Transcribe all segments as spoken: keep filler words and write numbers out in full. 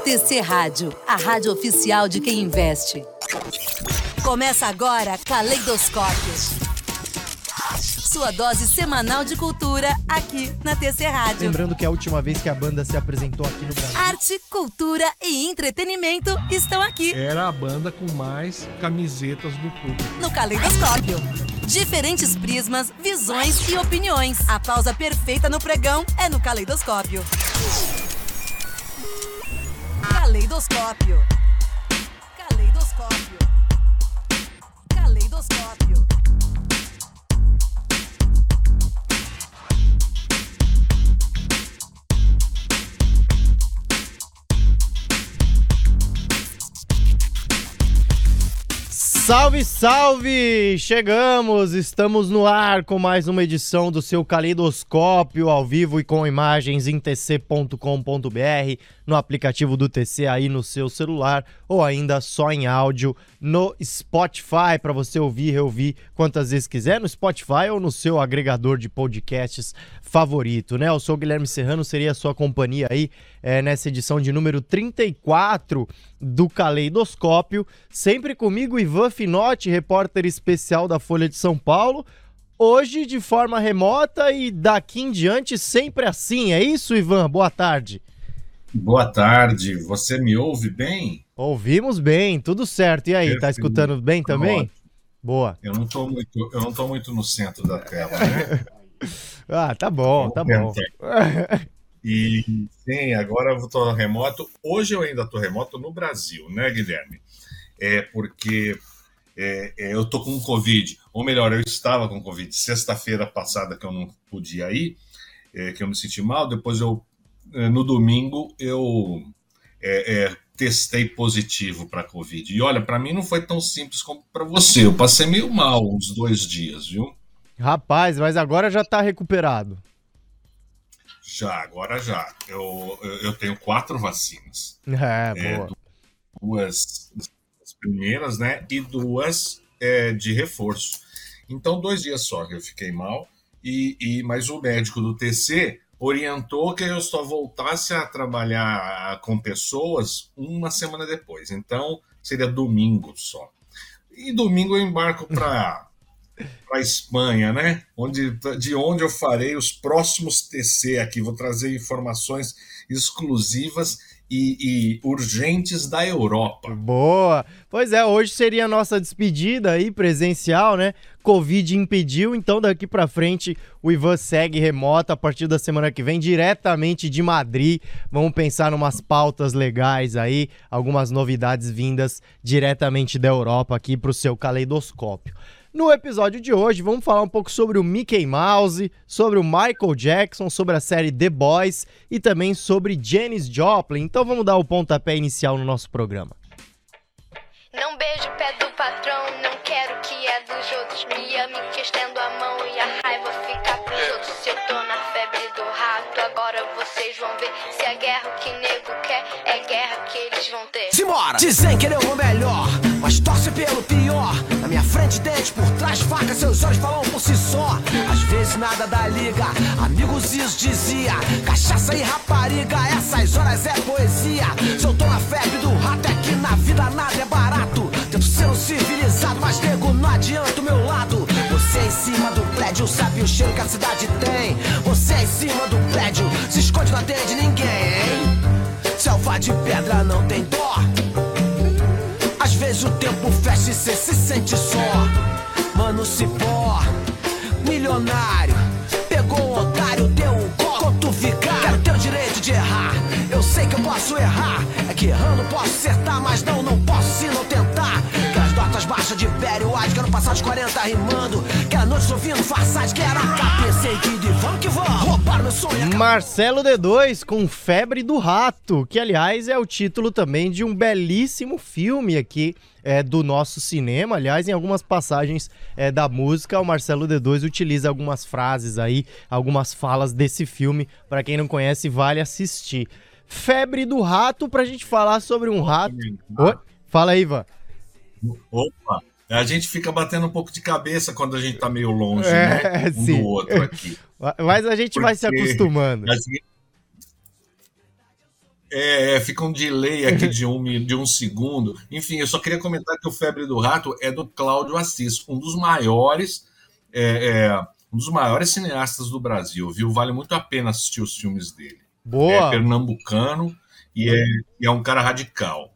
T C Rádio, a rádio oficial de quem investe. Começa agora Caleidoscópio. Sua dose semanal de cultura aqui na T C Rádio. Lembrando que a última vez que a banda se apresentou aqui no Brasil... Arte, cultura e entretenimento estão aqui. Era a banda com mais camisetas do público. No Caleidoscópio. Diferentes prismas, visões e opiniões. A pausa perfeita no pregão é no Caleidoscópio. Caleidoscópio. Caleidoscópio. Caleidoscópio. Salve, salve! Chegamos, estamos no ar com mais uma edição do seu Caleidoscópio, ao vivo e com imagens em t c ponto com ponto b r, no aplicativo do T C aí no seu celular, ou ainda só em áudio no Spotify, para você ouvir e reouvir quantas vezes quiser, no Spotify ou no seu agregador de podcasts favorito, né? Eu sou o Guilherme Serrano, seria a sua companhia aí é, nessa edição de número trinta e quatro do Caleidoscópio, sempre comigo, Ivan Finotti, repórter especial da Folha de São Paulo, hoje de forma remota e daqui em diante sempre assim, é isso, Ivan? Boa tarde. Boa tarde, você me ouve bem? Ouvimos bem, tudo certo, e aí, Perfeito. Tá escutando bem também? Ótimo. Boa. Eu não tô muito, eu não tô muito no centro da tela, né? Ah, tá bom, tá bom. E sim, agora eu tô remoto. Hoje eu ainda tô remoto no Brasil, né, Guilherme? É porque é, é, eu tô com Covid, ou melhor, eu estava com Covid. Sexta-feira passada que eu não podia ir, é, que eu me senti mal. Depois eu, no domingo, eu é, é, testei positivo para Covid. E olha, para mim não foi tão simples como para você. Eu passei meio mal uns dois dias, viu? Rapaz, mas agora já tá recuperado. Já, agora já. Eu, eu tenho quatro vacinas. É, é boa. Duas as primeiras, né? E duas é, de reforço. Então, dois dias só que eu fiquei mal. E, e, mas o médico do T C orientou que eu só voltasse a trabalhar com pessoas uma semana depois. Então, seria domingo só. E domingo eu embarco para... para a Espanha, né? Onde, de onde eu farei os próximos T C aqui. Vou trazer informações exclusivas e, e urgentes da Europa. Boa! Pois é, hoje seria a nossa despedida aí, presencial, né? Covid impediu, então daqui pra frente o Ivan segue remoto a partir da semana que vem, diretamente de Madrid. Vamos pensar numas pautas legais aí, algumas novidades vindas diretamente da Europa aqui pro seu Caleidoscópio. No episódio de hoje, vamos falar um pouco sobre o Mickey Mouse, sobre o Michael Jackson, sobre a série The Boys e também sobre Janis Joplin. Então vamos dar o pontapé inicial no nosso programa. Não beijo o pé do patrão, não quero que é dos outros. Me ame que estendo a mão e a raiva fica pros outros. Se eu tô na febre do rato, agora vocês vão ver. Se a guerra o que nego quer, é guerra que eles vão ter. Simbora! Dizem que ele é o melhor, mas torce pelo pior. Na minha frente, dente, por trás, faca, seus olhos falam por si só. Às vezes nada dá liga, amigos isso dizia. Cachaça e rapariga, essas horas é poesia. Se eu tô na febre do rato, é que na vida nada é barato. Tento ser um civilizado, mas nego, não adianta o meu lado. Você é em cima do prédio, sabe o cheiro que a cidade tem. Você é em cima do prédio, se esconde, não atende ninguém. Selva de pedra não tem dó. Às vezes o tempo fecha e cê se sente só. Mano cipó, milionário, pegou um otário, deu um coto ficar. Quero ter o direito de errar, eu sei que eu posso errar. É que errando posso acertar, mas não, não posso se não tentar. Aquelas notas baixas de Pério, acho que ano passado de quarenta rimando. Aquela noite ouvindo farsade, que era cabeça e de vamos que vamos. Roubaram meu sonho. Marcelo D dois com Febre do Rato, que aliás é o título também de um belíssimo filme aqui é, do nosso cinema. Aliás, em algumas passagens é, da música, o Marcelo D dois utiliza algumas frases aí, algumas falas desse filme. Para quem não conhece, vale assistir. Febre do Rato, pra gente falar sobre um rato. Oi? Fala aí, Ivan. Opa! A gente fica batendo um pouco de cabeça quando a gente tá meio longe, é, né? Um sim. do outro aqui. Mas a gente Porque vai se acostumando. A gente... É, fica um delay aqui de um, de um segundo. Enfim, eu só queria comentar que o Febre do Rato é do Cláudio Assis, um dos maiores, é, é, um dos maiores cineastas do Brasil, viu? Vale muito a pena assistir os filmes dele. Boa! É pernambucano e é, e é um cara radical.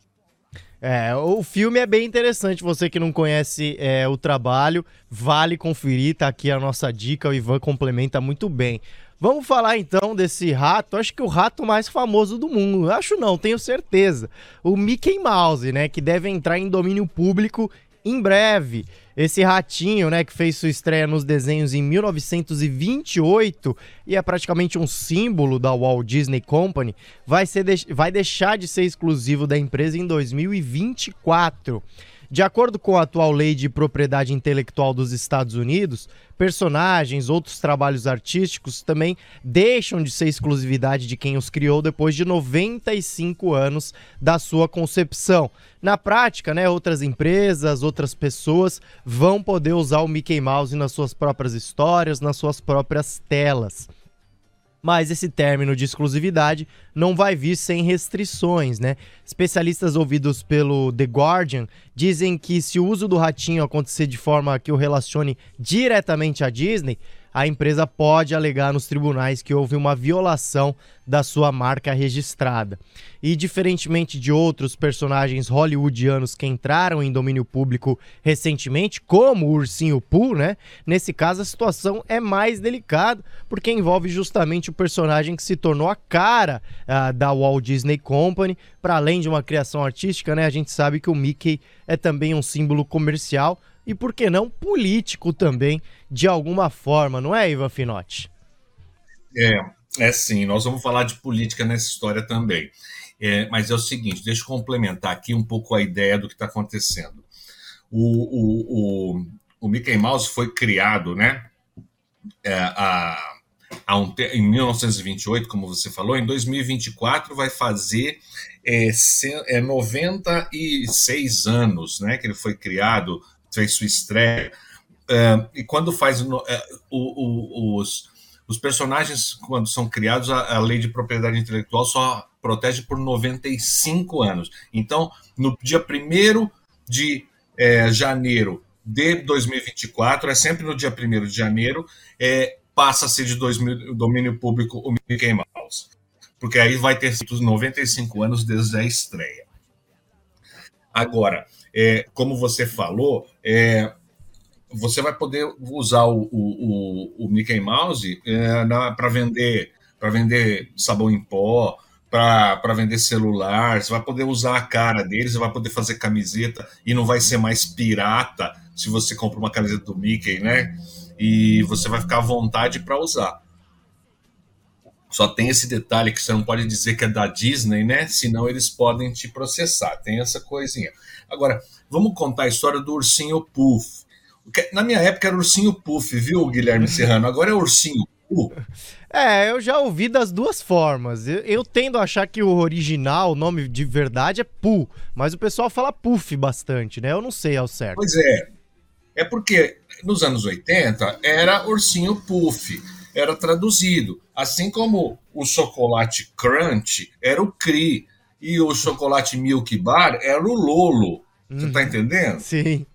É, o filme é bem interessante, você que não conhece é, o trabalho, vale conferir, tá aqui a nossa dica, o Ivan complementa muito bem. Vamos falar então desse rato, acho que o rato mais famoso do mundo, acho não, tenho certeza, o Mickey Mouse, né, que deve entrar em domínio público em breve. Esse ratinho, né, que fez sua estreia nos desenhos em mil novecentos e vinte e oito e é praticamente um símbolo da Walt Disney Company, vai, ser de... vai deixar de ser exclusivo da empresa em dois mil e vinte e quatro. De acordo com a atual lei de propriedade intelectual dos Estados Unidos, personagens, outros trabalhos artísticos também deixam de ser exclusividade de quem os criou depois de noventa e cinco anos da sua concepção. Na prática, né, outras empresas, outras pessoas vão poder usar o Mickey Mouse nas suas próprias histórias, nas suas próprias telas. Mas esse término de exclusividade não vai vir sem restrições, né? Especialistas ouvidos pelo The Guardian dizem que se o uso do ratinho acontecer de forma que o relacione diretamente à Disney, a empresa pode alegar nos tribunais que houve uma violação da sua marca registrada. E diferentemente de outros personagens hollywoodianos que entraram em domínio público recentemente, como o Ursinho Pooh, né? Nesse caso a situação é mais delicada, porque envolve justamente o personagem que se tornou a cara uh, da Walt Disney Company. Para além de uma criação artística, né? A gente sabe que o Mickey é também um símbolo comercial, e por que não político também, de alguma forma, não é, Ivan Finotti? É, é sim, nós vamos falar de política nessa história também. É, mas é o seguinte, deixa eu complementar aqui um pouco a ideia do que está acontecendo. O, o, o, o Mickey Mouse foi criado, né, é, a, a um, em mil novecentos e vinte e oito, como você falou, em dois mil e vinte e quatro vai fazer é, é, noventa e seis anos, né, que ele foi criado, fez sua estreia, uh, e quando faz uh, o, o, os, os personagens, quando são criados, a, a lei de propriedade intelectual só protege por noventa e cinco anos. Então, no dia primeiro de eh, janeiro de dois mil e vinte e quatro, é sempre no dia primeiro de janeiro, eh, passa a ser de dois mil, domínio público o Mickey Mouse, porque aí vai ter sido noventa e cinco anos desde a estreia. Agora, É, como você falou, é, você vai poder usar o, o, o Mickey Mouse é, para vender, para vender sabão em pó, para vender celular, você vai poder usar a cara dele, você vai poder fazer camiseta e não vai ser mais pirata se você compra uma camiseta do Mickey, né? E você vai ficar à vontade para usar. Só tem esse detalhe que você não pode dizer que é da Disney, né? Senão eles podem te processar. Tem essa coisinha. Agora, vamos contar a história do Ursinho Puff. Na minha época era Ursinho Puff, viu, Guilherme Serrano? Agora é Ursinho Pooh. É, eu já ouvi das duas formas. Eu, eu tendo a achar que o original, o nome de verdade é Pooh, mas o pessoal fala Puff bastante, né? Eu não sei ao certo. Pois é. É porque nos anos oitenta era Ursinho Puff. Era traduzido, assim como o chocolate Crunch era o Cri e o chocolate Milk Bar era o Lolo. Você tá entendendo? Sim.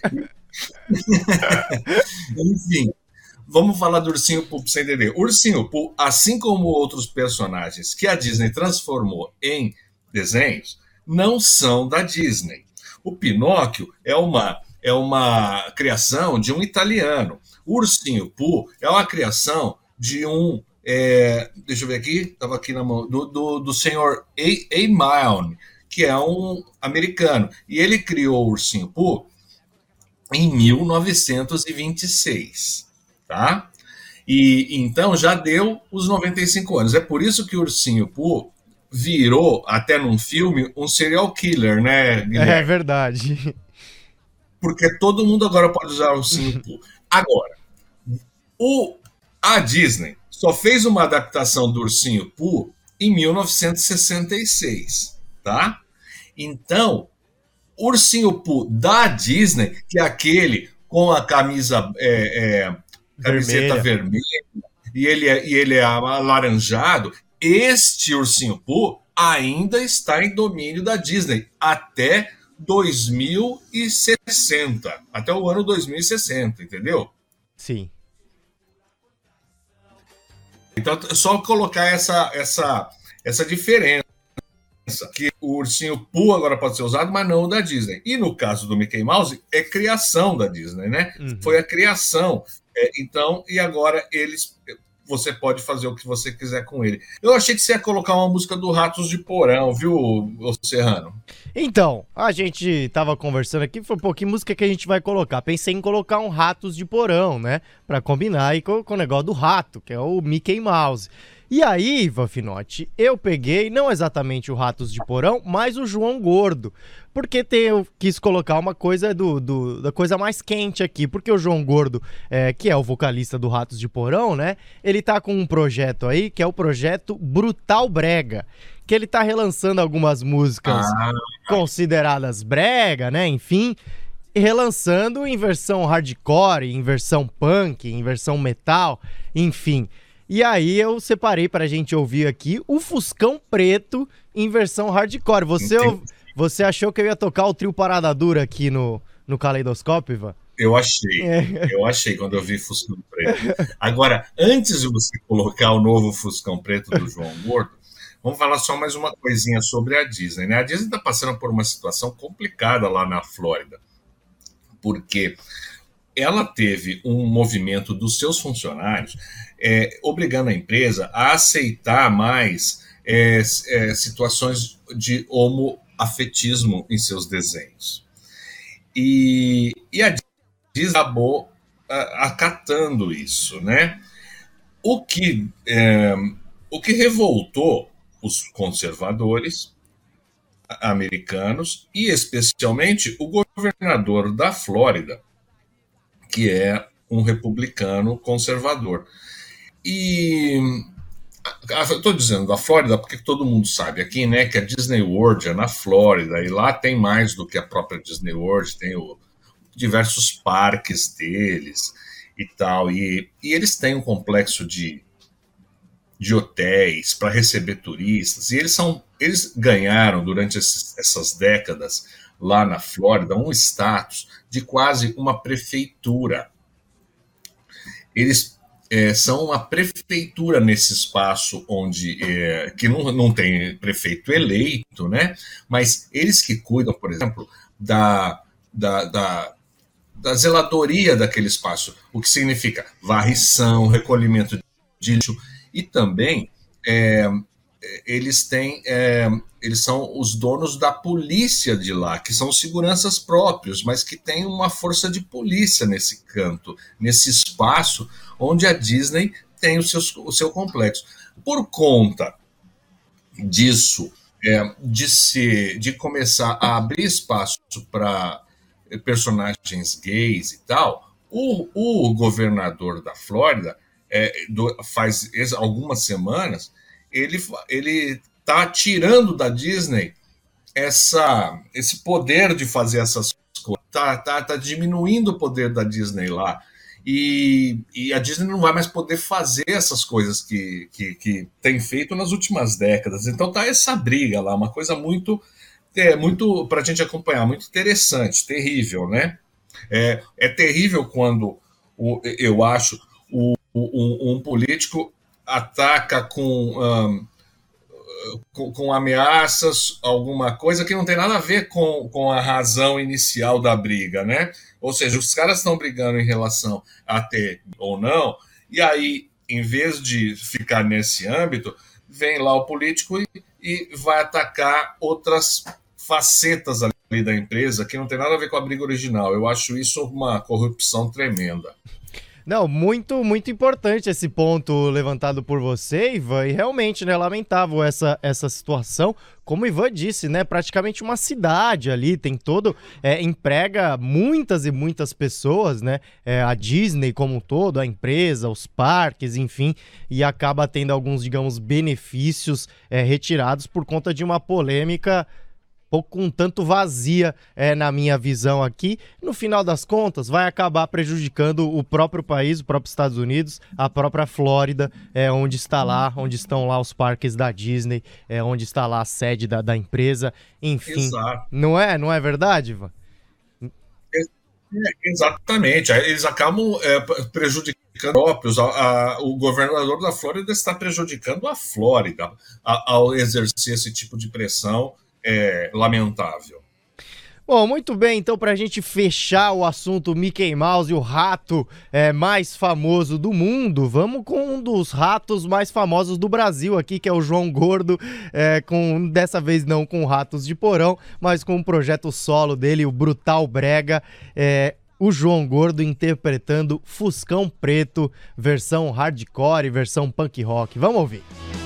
Enfim, vamos falar do Ursinho Pooh para você entender. O Ursinho Pooh, assim como outros personagens que a Disney transformou em desenhos, não são da Disney. O Pinóquio é uma, é uma criação de um italiano. O Ursinho Pooh é uma criação de um, é, deixa eu ver aqui, estava aqui na mão, do, do, do senhor A. A. Milne, que é um americano. E ele criou o Ursinho Pooh em mil novecentos e vinte e seis, tá? E então já deu os noventa e cinco anos. É por isso que o Ursinho Pooh virou, até num filme, um serial killer, né, Guilherme? É verdade. Porque todo mundo agora pode usar o Ursinho Pooh. Agora, o, a Disney só fez uma adaptação do Ursinho Pooh em mil novecentos e sessenta e seis, tá? Então, o Ursinho Pooh da Disney, que é aquele com a camisa é, é, camiseta vermelha, vermelha e, ele é, e ele é alaranjado, este Ursinho Pooh ainda está em domínio da Disney até dois mil e sessenta, até o ano dois mil e sessenta, entendeu? Sim. Então, é só colocar essa, essa, essa diferença, que o ursinho Pooh agora pode ser usado, mas não o da Disney. E no caso do Mickey Mouse, é criação da Disney, né? Uhum. Foi a criação. É, então, e agora eles... Você pode fazer o que você quiser com ele. Eu achei que você ia colocar uma música do Ratos de Porão, viu, Serrano? Então, a gente tava conversando aqui, falou, pô, que música que a gente vai colocar? Pensei em colocar um Ratos de Porão, né? Pra combinar aí com, com o negócio do rato, que é o Mickey Mouse. E aí, Vafinotti, eu peguei, não exatamente o Ratos de Porão, mas o João Gordo. Porque tem, eu quis colocar uma coisa do, do, da coisa mais quente aqui. Porque o João Gordo, é, que é o vocalista do Ratos de Porão, né? Ele tá com um projeto aí, que é o projeto Brutal Brega. Que ele tá relançando algumas músicas ah. consideradas brega, né? Enfim, relançando em versão hardcore, em versão punk, em versão metal, enfim... E aí eu separei pra gente ouvir aqui o Fuscão Preto em versão hardcore. Você, você achou que eu ia tocar o trio Parada Dura aqui no, no Caleidoscópio, Ivan? Eu achei, é. eu achei quando eu vi Fuscão Preto. Agora, antes de você colocar o novo Fuscão Preto do João Gordo, vamos falar só mais uma coisinha sobre a Disney, né? A Disney tá passando por uma situação complicada lá na Flórida, porque ela teve um movimento dos seus funcionários é, obrigando a empresa a aceitar mais é, é, situações de homoafetismo em seus desenhos. E, e a Disney acabou a, acatando isso, né? O que, é, o que revoltou os conservadores americanos e especialmente o governador da Flórida, que é um republicano conservador. E eu estou dizendo da Flórida porque todo mundo sabe aqui, né, que a Disney World é na Flórida, e lá tem mais do que a própria Disney World, tem o, diversos parques deles e tal, e, e eles têm um complexo de, de hotéis para receber turistas, e eles, são, eles ganharam durante esses, essas décadas lá na Flórida um status de quase uma prefeitura. Eles é, são uma prefeitura nesse espaço onde é, que não, não tem prefeito eleito, né? Mas eles que cuidam, por exemplo, da, da, da, da zeladoria daquele espaço, o que significa varrição, recolhimento de lixo, e também é, eles têm é, eles são os donos da polícia de lá, que são seguranças próprios, mas que tem uma força de polícia nesse canto, nesse espaço onde a Disney tem o seu, o seu complexo. Por conta disso, é, de, se, de começar a abrir espaço para personagens gays e tal, o, o governador da Flórida, é, do, faz algumas semanas, ele ele está tirando da Disney essa, esse poder de fazer essas coisas, está tá, tá diminuindo o poder da Disney lá, e, e a Disney não vai mais poder fazer essas coisas que, que, que tem feito nas últimas décadas. Então tá essa briga lá, uma coisa muito, é, muito para a gente acompanhar, muito interessante, terrível, né? É, é terrível quando, o, eu acho, o, o, um, um político ataca com... Um, Com, com ameaças, alguma coisa que não tem nada a ver com, com a razão inicial da briga, né? Ou seja, os caras estão brigando em relação a ter ou não, e aí, em vez de ficar nesse âmbito, vem lá o político e, e vai atacar outras facetas ali da empresa que não tem nada a ver com a briga original. Eu acho isso uma corrupção tremenda. Não, muito, muito importante esse ponto levantado por você, Ivan, e realmente, né, lamentável essa, essa situação. Como o Ivan disse, né, praticamente uma cidade ali, tem todo, é, emprega muitas e muitas pessoas, né, é, a Disney como um todo, a empresa, os parques, enfim, e acaba tendo alguns, digamos, benefícios é, retirados por conta de uma polêmica pouco um tanto vazia é, na minha visão aqui. No final das contas, vai acabar prejudicando o próprio país, o próprio Estados Unidos, a própria Flórida, é, onde está lá, onde estão lá os parques da Disney, é, onde está lá a sede da, da empresa, enfim. Exato. Não é? Não é verdade, Ivan? É, exatamente. Eles acabam é, prejudicando próprios. A, a, o governador da Flórida está prejudicando a Flórida a, ao exercer esse tipo de pressão é, lamentável. Bom, muito bem, então para a gente fechar o assunto Mickey Mouse e o rato é, mais famoso do mundo, vamos com um dos ratos mais famosos do Brasil aqui, que é o João Gordo, é, com, dessa vez não com Ratos de Porão, mas com um projeto solo dele, o Brutal Brega, é, o João Gordo interpretando Fuscão Preto, versão hardcore e versão punk rock. Vamos ouvir.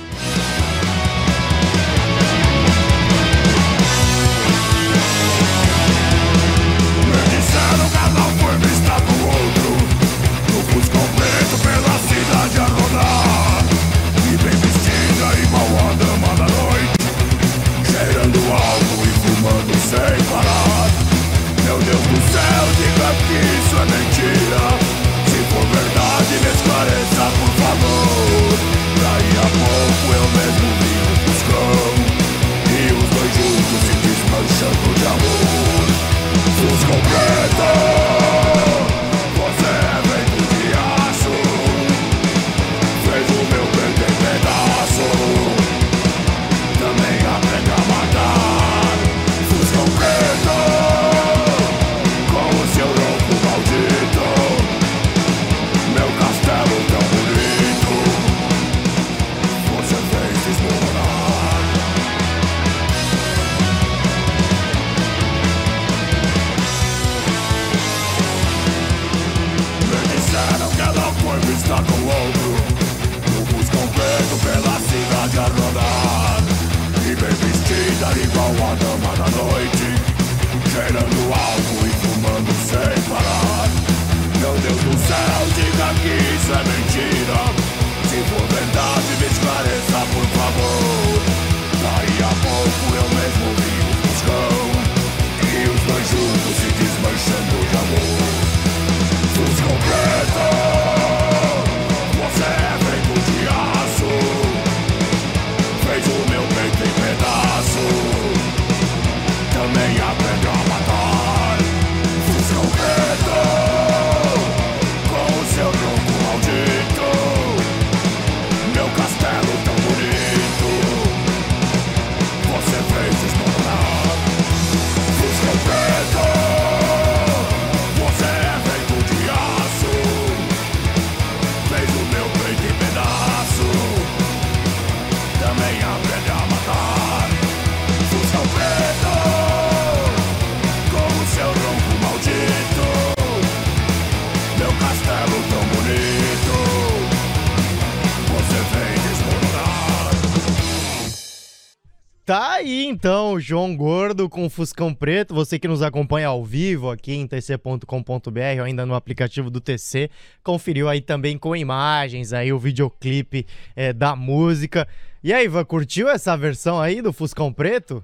Tá aí então, João Gordo com Fuscão Preto. Você que nos acompanha ao vivo aqui em t c ponto com ponto b r ou ainda no aplicativo do T C, conferiu aí também com imagens aí o videoclipe é, da música. E aí, Ivan, curtiu essa versão aí do Fuscão Preto?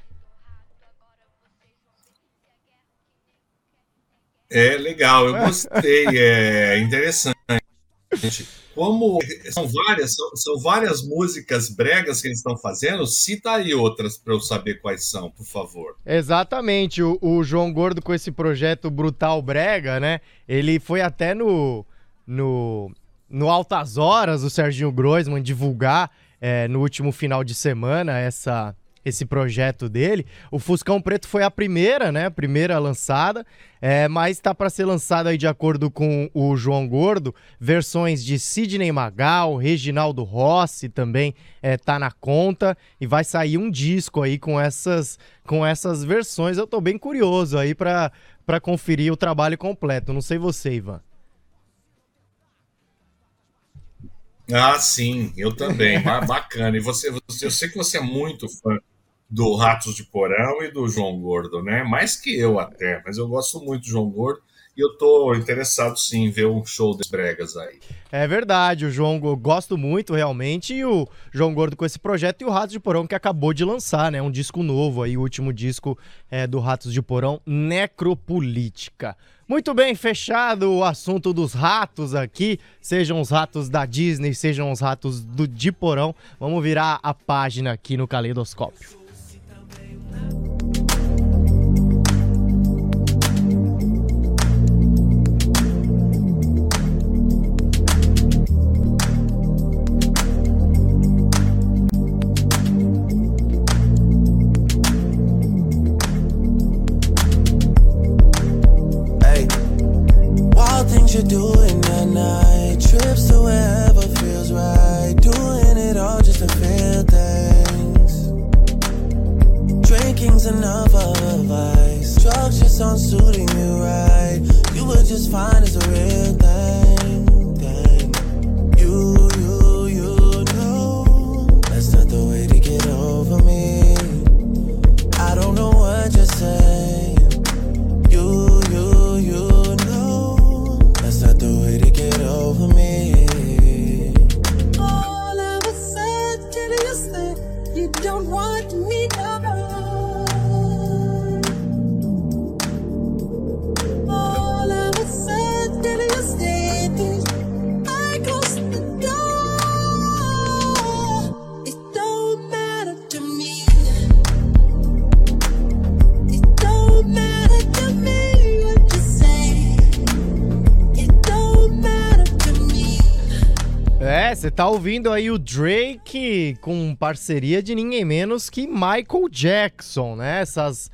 É legal, eu gostei, é interessante. Como são várias, são, são várias músicas bregas que eles estão fazendo, cita aí outras para eu saber quais são, por favor. Exatamente, o, o João Gordo com esse projeto Brutal Brega, né? Ele foi até no, no, no Altas Horas, o Serginho Groisman, divulgar é, no último final de semana essa... esse projeto dele. O Fuscão Preto foi a primeira, né? A primeira lançada, é, mas está para ser lançado aí, de acordo com o João Gordo, versões de Sidney Magal, Reginaldo Rossi também é, tá na conta, e vai sair um disco aí com essas, com essas versões. Eu tô bem curioso aí para para conferir o trabalho completo. Não sei você, Ivan. Ah, sim, eu também. Bacana. E você, você, eu sei que você é muito fã do Ratos de Porão e do João Gordo, né? Mais que eu até, mas eu gosto muito do João Gordo. e eu tô interessado sim em ver um show das bregas aí. É verdade, o João, eu gosto muito realmente, e o João Gordo com esse projeto, e o Ratos de Porão que acabou de lançar, né, um disco novo aí, o último disco é, do Ratos de Porão, Necropolítica. Muito bem, fechado o assunto dos ratos aqui, sejam os ratos da Disney, sejam os ratos do de Porão, vamos virar a página aqui no Caleidoscópio. You're doing that night, trips to wherever feels right, doing it all just to feel things. Drinking's enough of a vice, drugs just aren't suiting you right. You were just fine as a real thing, thing. You, you, you know that's not the way to get over me. I don't know what you're saying. You, you, you That's not the way to get over me. All of a sudden you say you don't want me no more. All of a sudden you say things, I close the door. It don't matter to me. It don't matter to me what you say. É, você tá ouvindo aí o Drake com parceria de ninguém menos que Michael Jackson, né? Essas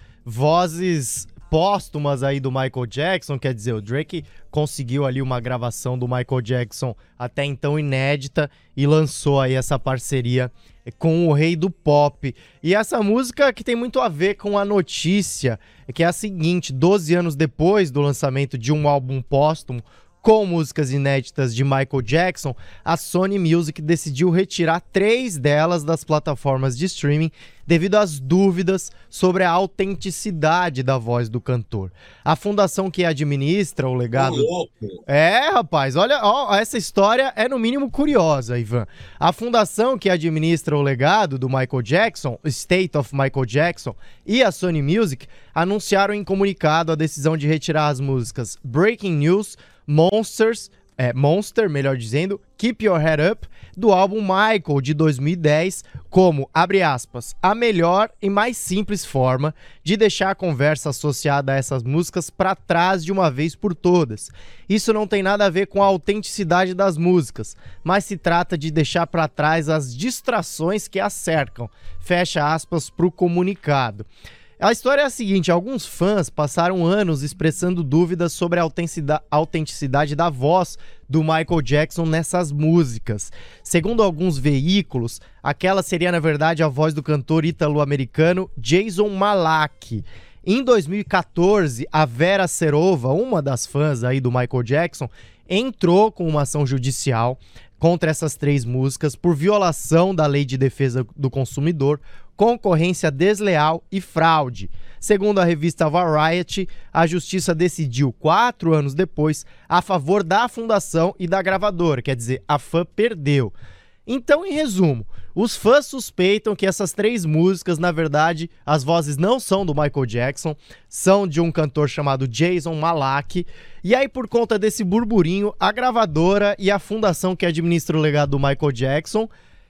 vozes póstumas aí do Michael Jackson, quer dizer, o Drake conseguiu ali uma gravação do Michael Jackson até então inédita e lançou aí essa parceria com o rei do pop. E essa música que tem muito a ver com a notícia, que é a seguinte: doze anos depois do lançamento de um álbum póstumo com músicas inéditas de Michael Jackson, a Sony Music decidiu retirar três delas das plataformas de streaming devido às dúvidas sobre a autenticidade da voz do cantor. A fundação que administra o legado... louco. É, rapaz, olha, ó, essa história é no mínimo curiosa, Ivan. A fundação que administra o legado do Michael Jackson, State of Michael Jackson, e a Sony Music anunciaram em comunicado a decisão de retirar as músicas Breaking News, Monsters, é, Monster, melhor dizendo, Keep Your Head Up, do álbum Michael, de dois mil e dez, como, abre aspas, a melhor e mais simples forma de deixar a conversa associada a essas músicas para trás de uma vez por todas. Isso não tem nada a ver com a autenticidade das músicas, mas se trata de deixar para trás as distrações que as cercam, fecha aspas para o comunicado. A história é a seguinte: alguns fãs passaram anos expressando dúvidas sobre a autenticidade da voz do Michael Jackson nessas músicas. Segundo alguns veículos, aquela seria na verdade a voz do cantor ítalo-americano Jason Malak. Em dois mil e catorze, a Vera Serova, uma das fãs aí do Michael Jackson, entrou com uma ação judicial contra essas três músicas por violação da Lei de Defesa do Consumidor, concorrência desleal e fraude. Segundo a revista Variety, a justiça decidiu, quatro anos depois, a favor da fundação e da gravadora, quer dizer, a fã perdeu. Então, em resumo, os fãs suspeitam que essas três músicas, na verdade, as vozes não são do Michael Jackson, são de um cantor chamado Jason Malak, e aí por conta desse burburinho, a gravadora e a fundação que administra o legado do Michael Jackson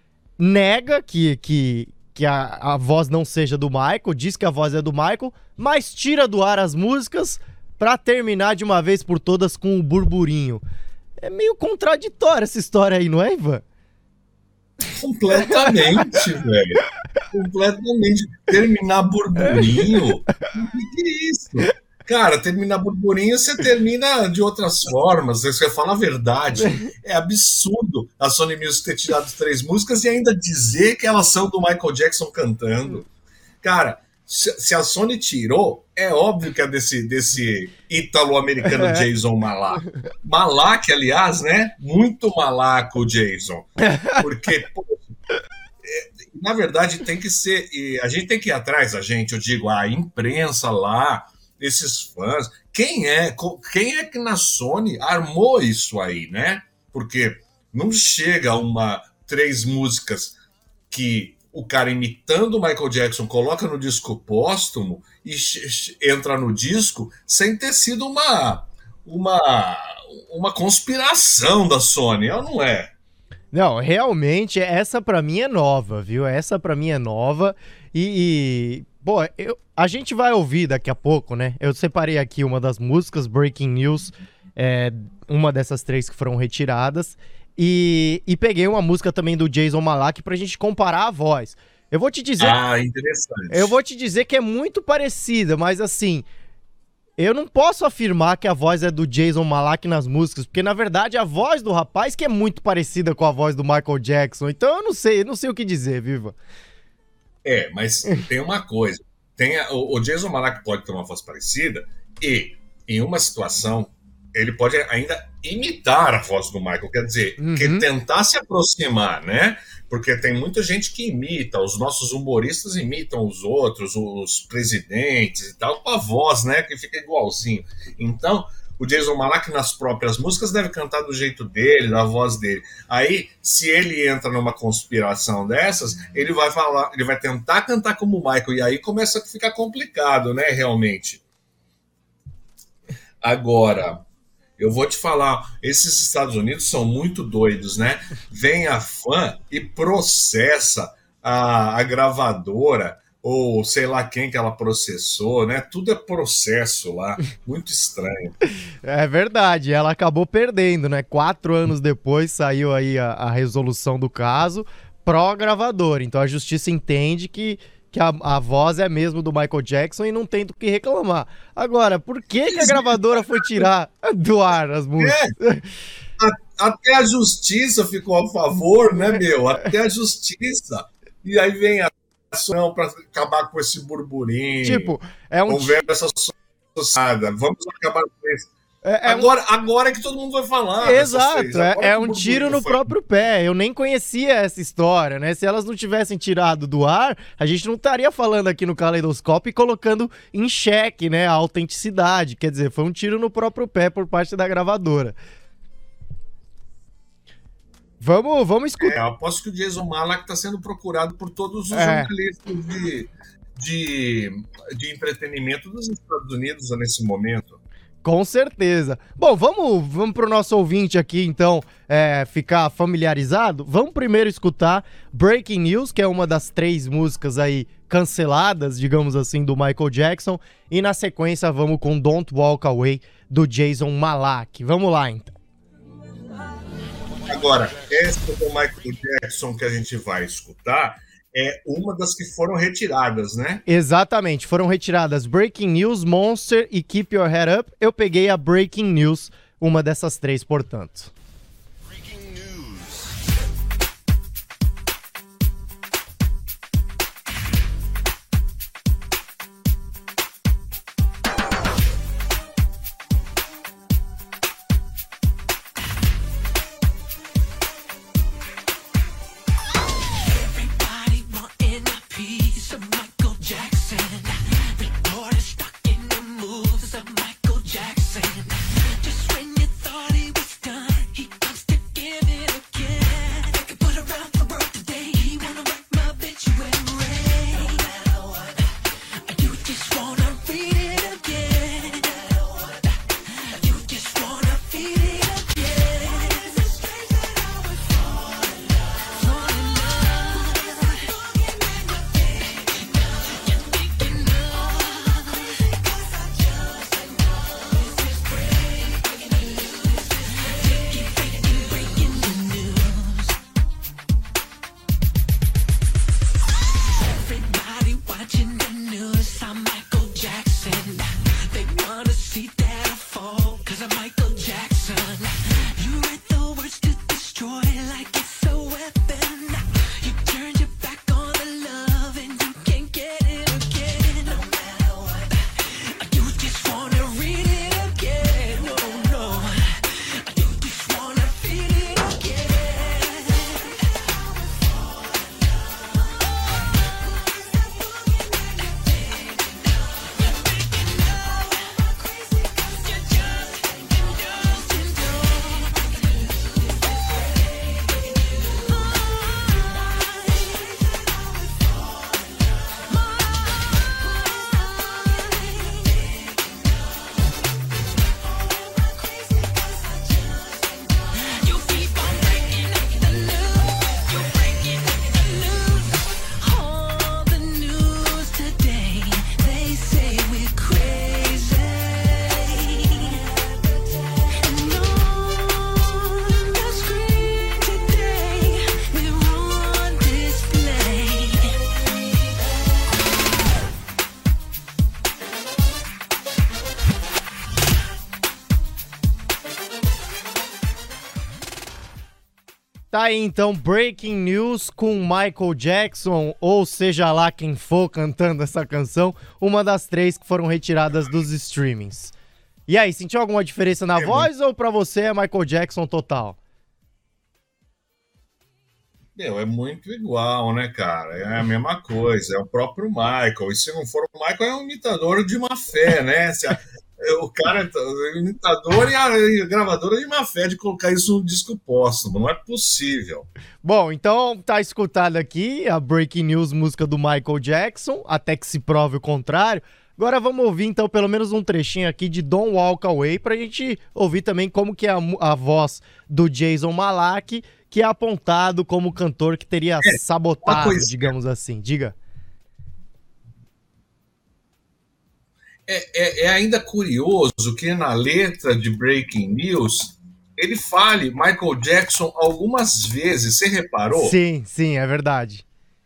nega que... que que a, a voz não seja do Michael, diz que a voz é do Michael, mas tira do ar as músicas pra terminar de uma vez por todas com o burburinho. É meio contraditória essa história aí, não é, Ivan? Completamente, velho. Completamente. Terminar burburinho? O que é isso? Cara, terminar burburinho, você termina de outras formas. Você fala a verdade. É absurdo a Sony Music ter tirado três músicas e ainda dizer que elas são do Michael Jackson cantando. Cara, se a Sony tirou, é óbvio que é desse, desse ítalo-americano Jason Malak. Malak, aliás, né? Muito malaco o Jason. Porque, pô, na verdade, tem que ser... A gente tem que ir atrás, a gente, eu digo, a imprensa lá... esses fãs. Quem é, quem é que na Sony armou isso aí, né? Porque não chega uma três músicas que o cara imitando o Michael Jackson coloca no disco póstumo e entra no disco sem ter sido uma, uma, uma conspiração da Sony, ou não é? Não, realmente, essa pra mim é nova, viu? Essa pra mim é nova e... e... Pô, eu, a gente vai ouvir daqui a pouco, né? Eu separei aqui uma das músicas, Breaking News, é, uma dessas três que foram retiradas. E, e peguei uma música também do Jason Malak pra gente comparar a voz. Eu vou te dizer... Ah, interessante. Eu vou te dizer que é muito parecida, mas assim... Eu não posso afirmar que a voz é do Jason Malak nas músicas, porque na verdade a voz do rapaz que é muito parecida com a voz do Michael Jackson. Então eu não sei, eu não sei o que dizer, Viva. É, mas tem uma coisa. Tem a, o, o Jason Malak pode ter uma voz parecida e, em uma situação, ele pode ainda imitar a voz do Michael, quer dizer, Uhum. que tentar se aproximar, né? Porque tem muita gente que imita, os nossos humoristas imitam os outros, os presidentes e tal, com a voz, né? Que fica igualzinho. Então, o Jason Malak, nas próprias músicas, deve cantar do jeito dele, da voz dele. Aí, se ele entra numa conspiração dessas, ele vai falar, ele vai tentar cantar como o Michael, e aí começa a ficar complicado, né? Realmente. Agora... Eu vou te falar, esses Estados Unidos são muito doidos, né? Vem a fã e processa a, a gravadora, ou sei lá quem que ela processou, né? Tudo é processo lá, muito estranho. É verdade, ela acabou perdendo, né? Quatro anos depois saiu aí a, a resolução do caso pró-gravadora. Então a justiça entende que... que a, a voz é mesmo do Michael Jackson e não tem do que reclamar. Agora, por que, que a gravadora foi tirar do ar as músicas? É. A, até a justiça ficou a favor, né, meu? Até a justiça. E aí vem a ação para acabar com esse burburinho. Tipo, é um... Conversa associada. Vamos acabar com isso. É, é agora, um... agora é que todo mundo vai falar. Exato, é, é um tiro no foi... próprio pé. Eu nem conhecia essa história, né? Se elas não tivessem tirado do ar, a gente não estaria falando aqui no Caleidoscópio e colocando em xeque, né, a autenticidade. Quer dizer, foi um tiro no próprio pé por parte da gravadora. Vamos, vamos escutar. É, eu aposto que o Jason Malak está sendo procurado por todos os é. jornalistas de, de, de entretenimento dos Estados Unidos nesse momento. Com certeza. Bom, vamos, vamos para o nosso ouvinte aqui, então, é, ficar familiarizado. Vamos primeiro escutar Breaking News, que é uma das três músicas aí canceladas, digamos assim, do Michael Jackson. E na sequência vamos com Don't Walk Away, do Jason Malak. Vamos lá, então. Agora, essa do Michael Jackson que a gente vai escutar é uma das que foram retiradas, né? Exatamente, foram retiradas Breaking News, Monster e Keep Your Head Up. Eu peguei a Breaking News, uma dessas três, portanto. Breaking News. Just when you thought he was done, Tá aí então, Breaking News com Michael Jackson, ou seja lá quem for cantando essa canção, uma das três que foram retiradas dos streamings. E aí, sentiu alguma diferença na é voz muito... ou pra você é Michael Jackson total? Meu, é muito igual, né, cara? É a mesma coisa, é o próprio Michael. E se não for o Michael, é um imitador de má fé, né? Se a... O cara, o imitador e a gravadora de má fé de colocar isso no disco póstumo, não é possível. Bom, então tá escutado aqui a Breaking News, música do Michael Jackson, até que se prove o contrário. Agora vamos ouvir então pelo menos um trechinho aqui de Don't Walk Away pra gente ouvir também como que é a, a voz do Jason Malak, que é apontado como cantor que teria é, sabotado, digamos assim. Diga. É, é, é ainda curioso que na letra de Breaking News ele fale Michael Jackson algumas vezes. Você reparou? Sim, sim, é verdade.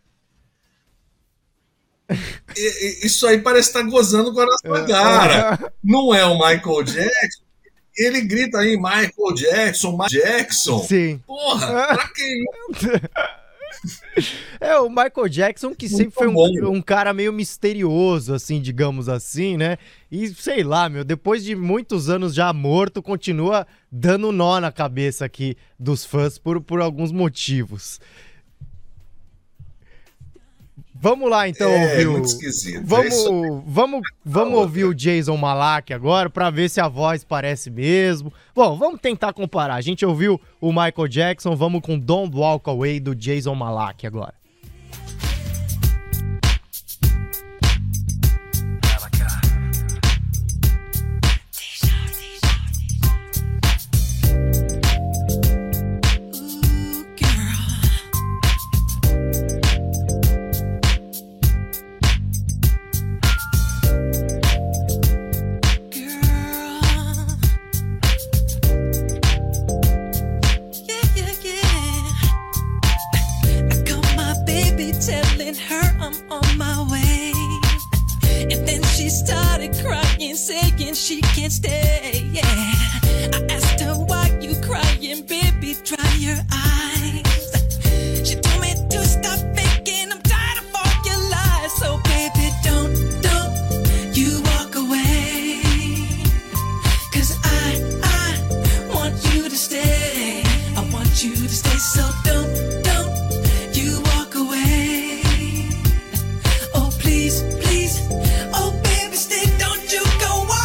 E, isso aí parece estar gozando com a nossa cara. Não é o Michael Jackson. Ele grita aí Michael Jackson, Michael Jackson. Sim. Porra, pra que É, o Michael Jackson, que sempre foi um, um cara meio misterioso, assim, digamos assim, né? E sei lá, meu, depois de muitos anos já morto, continua dando nó na cabeça aqui dos fãs por, por alguns motivos. Vamos lá, então, é, ouvir o... muito esquisito. Vamos, é vamos, vamos ouvir o Jason Malak agora para ver se a voz parece mesmo. Bom, vamos tentar comparar. A gente ouviu o Michael Jackson, vamos com Don't Walk Away do Jason Malak agora. She can't stay, yeah. I asked her why you crying, baby, dry your eyes. She told me to stop faking, I'm tired of all your lies. So baby, don't, don't you walk away. Cause I, I want you to stay. I want you to stay, so don't, don't you walk away. Oh please, please, oh baby, stay, don't you go walk.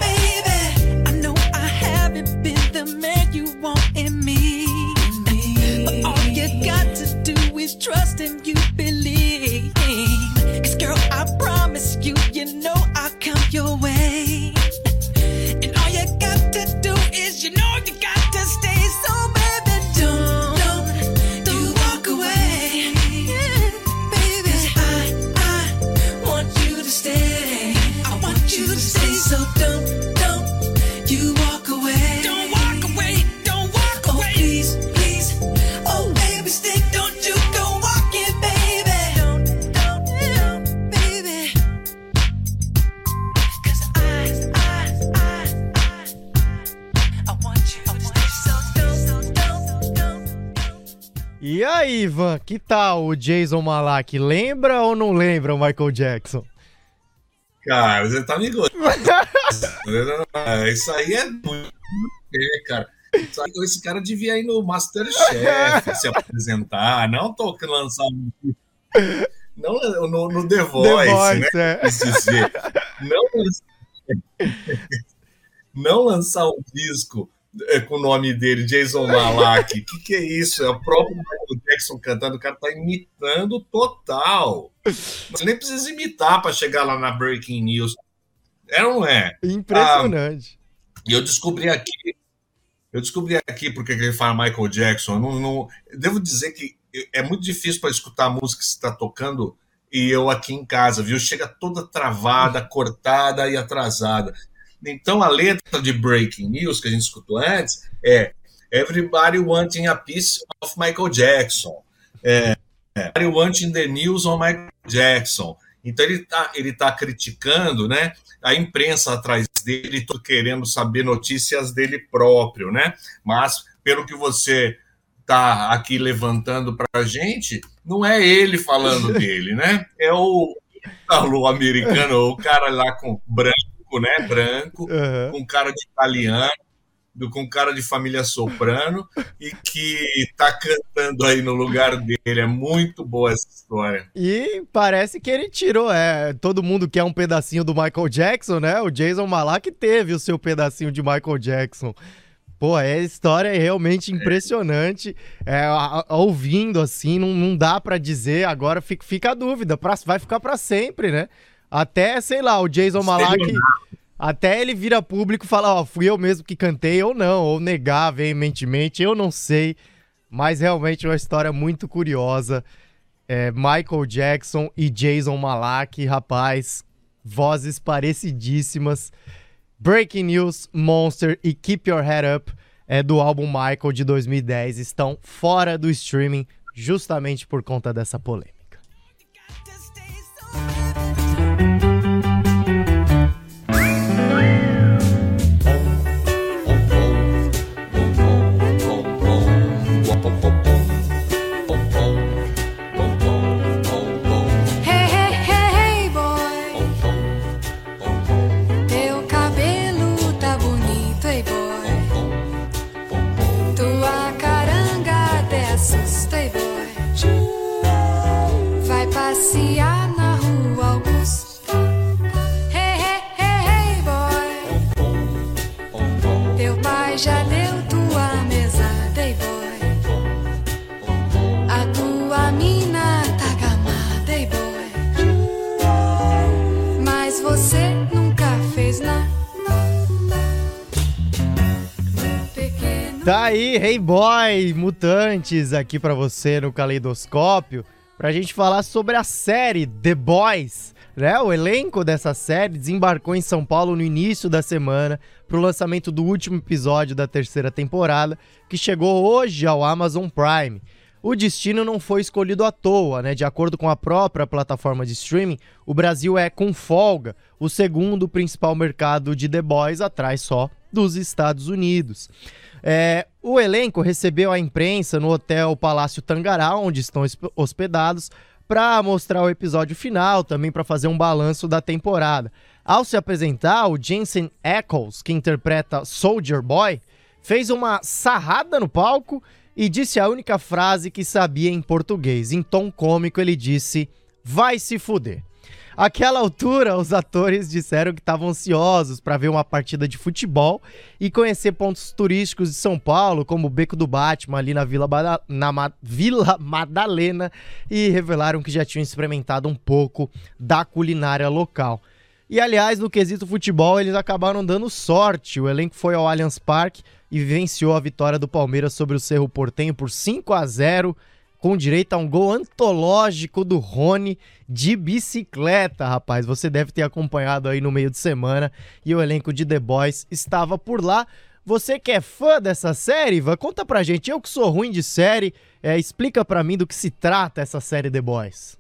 Trust and you believe. Cause girl, I promise you, you know I'll come your way. And all you got to do is, you know you got to stay. So baby, don't, don't, don't walk away. Yeah, baby, cause I, I want you to stay. I want you to stay. So don't, don't you walk away. Don't walk away, don't walk away. Oh please, please, oh baby, stay. Don't you go. E aí, Ivan, que tal o Jason Malak? Lembra ou não lembra o Michael Jackson? Cara, você tá me gostando. Isso aí é muito... É, cara. Esse cara devia ir no Masterchef se apresentar, não tô lançar um... Não no, no The Voice, The Voice, né? É. Dizer. Não, não lançar um disco com o nome dele, Jason Malak. O que, que é isso? É o próprio Michael Jackson cantando, o cara tá imitando total. Você nem precisa imitar para chegar lá na Breaking News. É ou não é? Impressionante. Ah, e eu descobri aqui, eu descobri aqui porque ele fala Michael Jackson. Eu não, não, devo dizer que é muito difícil para escutar a música que você está tocando e eu aqui em casa, viu? Chega toda travada, cortada e atrasada. Então, a letra de Breaking News, que a gente escutou antes, é Everybody wanting a piece of Michael Jackson. É, Everybody wanting the news on Michael Jackson. Então, ele está ele tá criticando, né, a imprensa atrás dele, tô querendo saber notícias dele próprio, né? Mas, pelo que você tá aqui levantando pra gente, não é ele falando dele, né? É o italo americano, o cara lá com branco, né? Branco, Uhum. com cara de italiano, do, com cara de família soprano, e que tá cantando aí no lugar dele. É muito boa essa história. E parece que ele tirou, é, todo mundo quer um pedacinho do Michael Jackson, né? O Jason Malak teve o seu pedacinho de Michael Jackson. Pô, a história é realmente impressionante. É, a- a- ouvindo assim, não, não dá pra dizer. Agora fica, fica a dúvida, pra, vai ficar pra sempre, né? Até, sei lá, o Jason Malak, até ele vira público e fala, ó, fui eu mesmo que cantei ou não, ou negar veementemente, eu não sei. Mas realmente é uma história muito curiosa. É, Michael Jackson e Jason Malak, rapaz, vozes parecidíssimas. Breaking News, Monster e Keep Your Head Up é, do álbum Michael de dois mil e dez estão fora do streaming justamente por conta dessa polêmica. Hey, hey, hey, hey, boy. Teu cabelo tá bonito, hey, boy. Tua caranga até assusta, hey, boy. Vai passear na rua Augusta. Hey, hey, hey, hey, boy. Teu pai já deu tua mesada, hey, boy. A tua mina tá gamada, hey, boy. Mas você nunca fez nada. Pequeno. Tá aí, Hey Boy, Mutantes, aqui pra você no Caleidoscópio, pra gente falar sobre a série The Boys, né? O elenco dessa série desembarcou em São Paulo no início da semana pro lançamento do último episódio da terceira temporada, que chegou hoje ao Amazon Prime. O destino não foi escolhido à toa, né? De acordo com a própria plataforma de streaming, o Brasil é, com folga, o segundo principal mercado de The Boys, atrás só dos Estados Unidos. É, o elenco recebeu a imprensa no Hotel Palácio Tangará, onde estão hosp- hospedados, para mostrar o episódio final, também para fazer um balanço da temporada. Ao se apresentar, o Jensen Ackles, que interpreta Soldier Boy, fez uma sarrada no palco e disse a única frase que sabia em português. Em tom cômico, ele disse, vai se fuder. Àquela altura, os atores disseram que estavam ansiosos para ver uma partida de futebol e conhecer pontos turísticos de São Paulo, como o Beco do Batman, ali na Vila, Bada- na Ma- Vila Madalena, e revelaram que já tinham experimentado um pouco da culinária local. E, aliás, no quesito futebol, eles acabaram dando sorte. O elenco foi ao Allianz Parque e venceu a vitória do Palmeiras sobre o Cerro Porteño por cinco a zero, com direito a um gol antológico do Rony de bicicleta, rapaz. Você deve ter acompanhado aí no meio de semana e o elenco de The Boys estava por lá. Você que é fã dessa série, Ivan, conta pra gente. Eu que sou ruim de série, é, explica pra mim do que se trata essa série The Boys.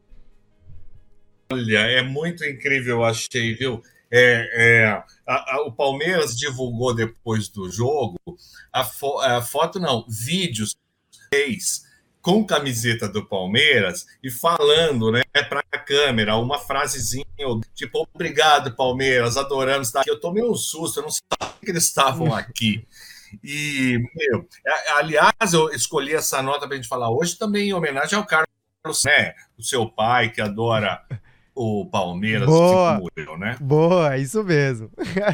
Olha, é muito incrível, eu achei, viu? É, é, a- a- o Palmeiras divulgou depois do jogo a, fo- a foto, não, vídeos fez com camiseta do Palmeiras e falando, né, para a câmera uma frasezinha, tipo, obrigado, Palmeiras, adoramos estar aqui. Eu tomei um susto, eu não sabia que eles estavam aqui. E, meu, a- aliás, eu escolhi essa nota para a gente falar hoje também em homenagem ao Carlos, né, o seu pai que adora o Palmeiras, Boa. que morreu, né? Boa, isso mesmo.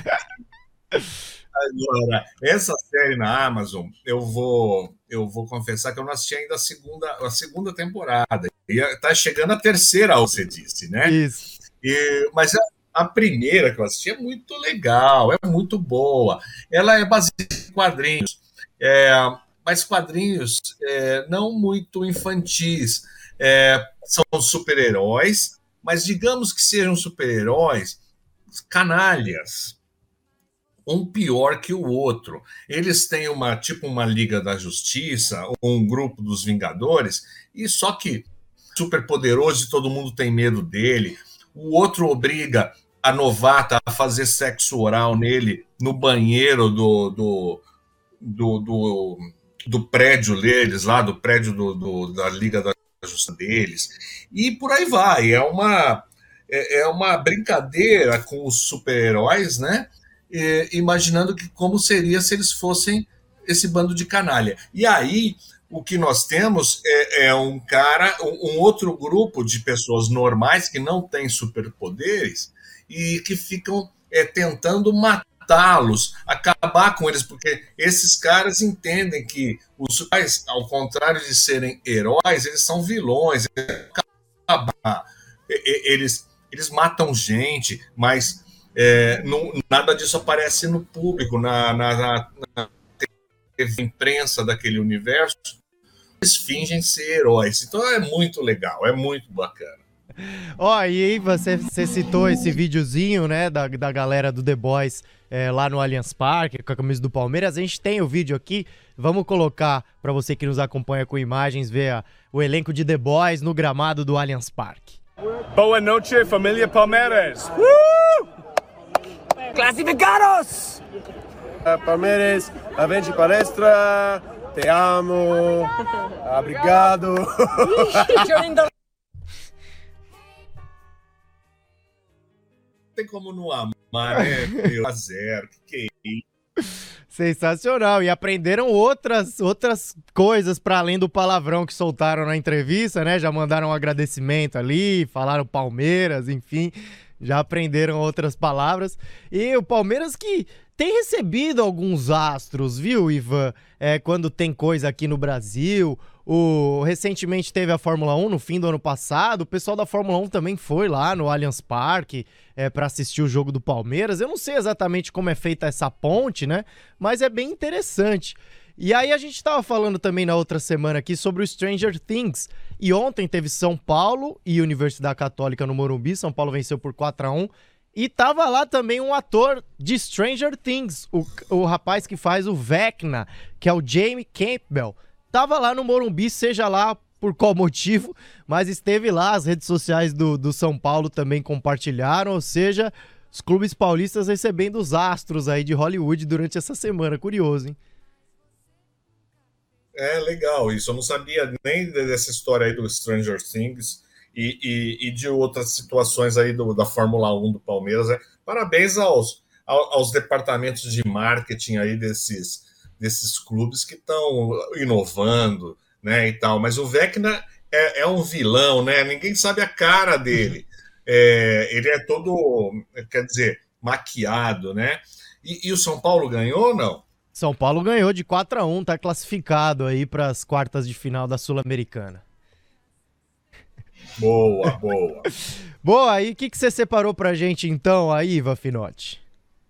Agora, essa série na Amazon, eu vou, eu vou confessar que eu não assisti ainda a segunda, a segunda temporada. E tá chegando a terceira, você disse, né? Isso. E, mas a, a primeira que eu assisti é muito legal, é muito boa. Ela é baseada em quadrinhos, é, mas quadrinhos é, não muito infantis. É, são super-heróis, mas digamos que sejam super-heróis canalhas, um pior que o outro. Eles têm uma tipo uma Liga da Justiça, um grupo dos Vingadores, e só que super poderoso e todo mundo tem medo dele. O outro obriga a novata a fazer sexo oral nele no banheiro do, do, do, do do prédio deles, lá do prédio do, do, da Liga da Justiça deles, e por aí vai. É uma, é, é uma brincadeira com os super-heróis, né? E, imaginando que como seria se eles fossem esse bando de canalha. E aí, o que nós temos é, é um cara, um, um outro grupo de pessoas normais que não têm superpoderes e que ficam é, tentando matá-los, acabar com eles, porque esses caras entendem que os pais, ao contrário de serem heróis, eles são vilões, eles, eles matam gente, mas é, não, nada disso aparece no público, na, na, na imprensa daquele universo. Eles fingem ser heróis. Então é muito legal, é muito bacana. Ó, oh, e aí você, você citou esse videozinho, né, da, da galera do The Boys é, lá no Allianz Parque, com a camisa do Palmeiras. A gente tem o vídeo aqui, vamos colocar para você que nos acompanha com imagens, ver a, o elenco de The Boys no gramado do Allianz Parque. Boa noite, família Palmeiras! Uh! Classificados! Palmeiras, avente palestra, te amo, obrigado. Tem como não amar, né? Meu, a zero, que que é isso? Sensacional, e aprenderam outras, outras coisas para além do palavrão que soltaram na entrevista, né? Já mandaram um agradecimento ali, falaram Palmeiras, enfim, já aprenderam outras palavras. E o Palmeiras que tem recebido alguns astros, viu, Ivan? É, quando tem coisa aqui no Brasil. O, recentemente teve a Fórmula um no fim do ano passado. O pessoal da Fórmula um também foi lá no Allianz Parque é, para assistir o jogo do Palmeiras. Eu não sei exatamente como é feita essa ponte, né? Mas é bem interessante. E aí a gente estava falando também na outra semana aqui sobre o Stranger Things. E ontem teve São Paulo e Universidade Católica no Morumbi. São Paulo venceu por quatro a um. E tava lá também um ator de Stranger Things, o, o rapaz que faz o Vecna, que é o Jamie Campbell. Tava lá no Morumbi, seja lá por qual motivo, mas esteve lá. As redes sociais do, do São Paulo também compartilharam, ou seja, os clubes paulistas recebendo os astros aí de Hollywood durante essa semana. Curioso, hein? É legal isso, eu não sabia nem dessa história aí do Stranger Things. E, e, e de outras situações aí do, da Fórmula um do Palmeiras. Né? Parabéns aos, aos departamentos de marketing aí desses, desses clubes que estão inovando, né, e tal. Mas o Vecna é, é um vilão, né? Ninguém sabe a cara dele. É, ele é todo, quer dizer, maquiado, né? E, e o São Paulo ganhou ou não? São Paulo ganhou de quatro a um, tá classificado aí para as quartas de final da Sul-Americana. Boa, boa. Boa, aí o que, que você separou pra gente então aí, Ivan Finotti?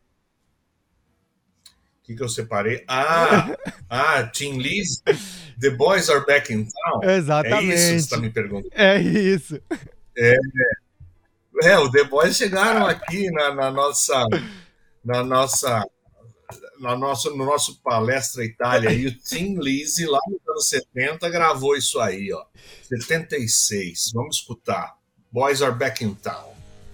O que, que eu separei? Ah, ah, Tim Liz, The Boys Are Back in Town. Exatamente. É isso que você tá me perguntando? É isso. É, é o The Boys chegaram aqui na, na nossa... Na nossa... Na nossa, no nosso Palestra Itália, e o Tim Lizzy, lá nos anos setenta, gravou isso aí, ó. setenta e seis. Vamos escutar. Boys Are Back in Town.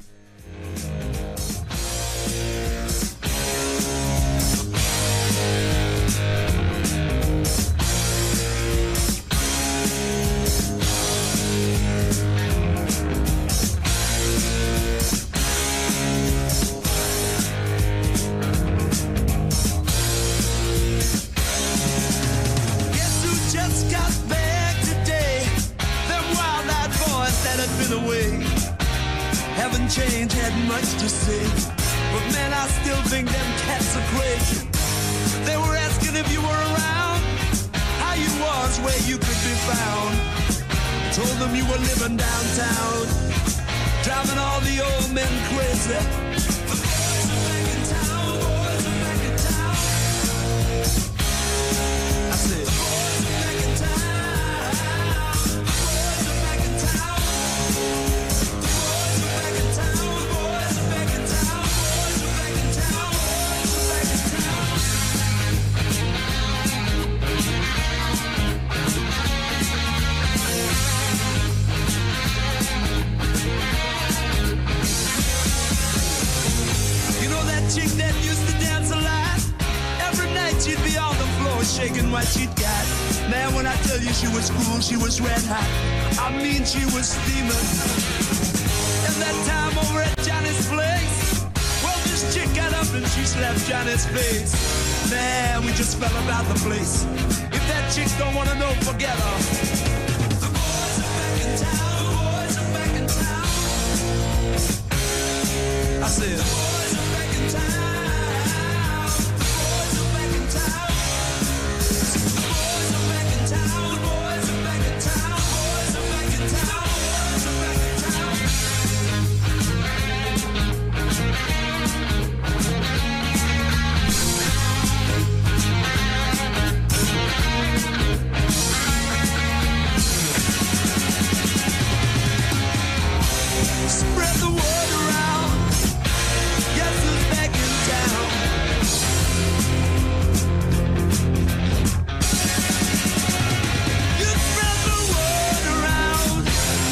Change had much to say, but man, I still think them cats are crazy. They were asking if you were around, how you was, where you could be found. Told them you were living downtown, driving all the old men crazy. The boys are back in town, boys are back in town. I said, boys are back in town, boys are back in town. Chick that used to dance a lot. Every night she'd be on the floor shaking what she'd got. Man, when I tell you she was cool, she was red hot. I mean, she was steaming. And that time over at Johnny's place, well, this chick got up and she slapped Johnny's face. Man, we just fell about the place. If that chick don't wanna know, forget her. The boys are back in town. The boys are back in town. I said, the boys are back in town. Spread the word around. Guess who's back in town? You spread the word around.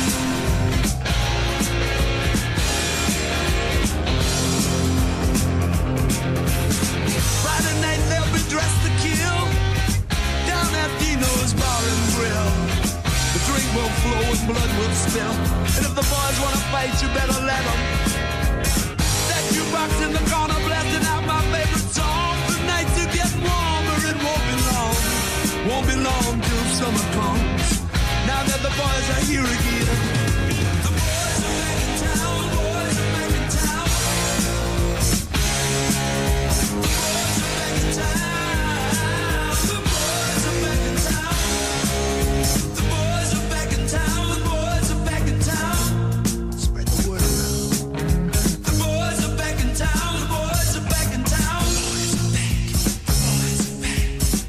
Friday night they'll be dressed to kill down at Dino's Bar and Grill. The drink will flow and blood will spill. And if the boys wanna fight, you better let them. That jukebox in the corner blasting out my favorite song. The nights are getting warmer, it won't be long. Won't be long till summer comes. Now that the boys are here again. The boys are back in town, the boys are back in town. The boys are back in town. The boys are back in town. The boys are back in town. The boys are back in town. Spread the word around. The boys are back in town. The boys are back in town. Boys are back. Boys are back.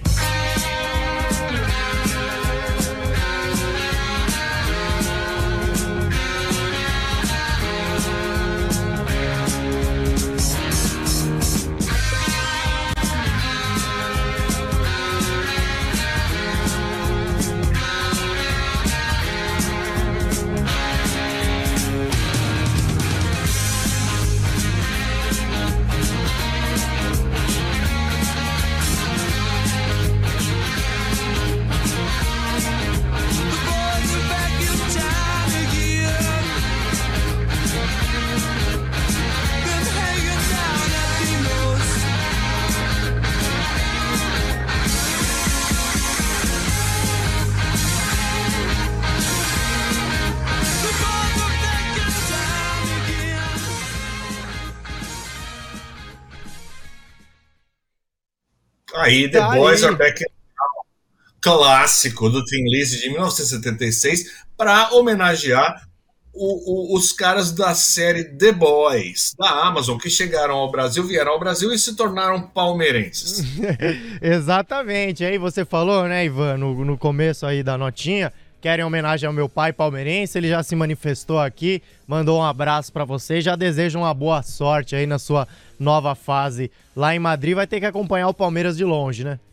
Aí, The Tá Boys aí. Are Back in Town, clássico do Thin Lizzy de mil novecentos e setenta e seis, para homenagear o, o, os caras da série The Boys, da Amazon, que chegaram ao Brasil, vieram ao Brasil e se tornaram palmeirenses. Exatamente. Aí você falou, né, Ivan, no, no começo aí da notinha, querem homenagem ao meu pai palmeirense, ele já se manifestou aqui, mandou um abraço pra você, já deseja uma boa sorte aí na sua nova fase lá em Madrid, vai ter que acompanhar o Palmeiras de longe, né?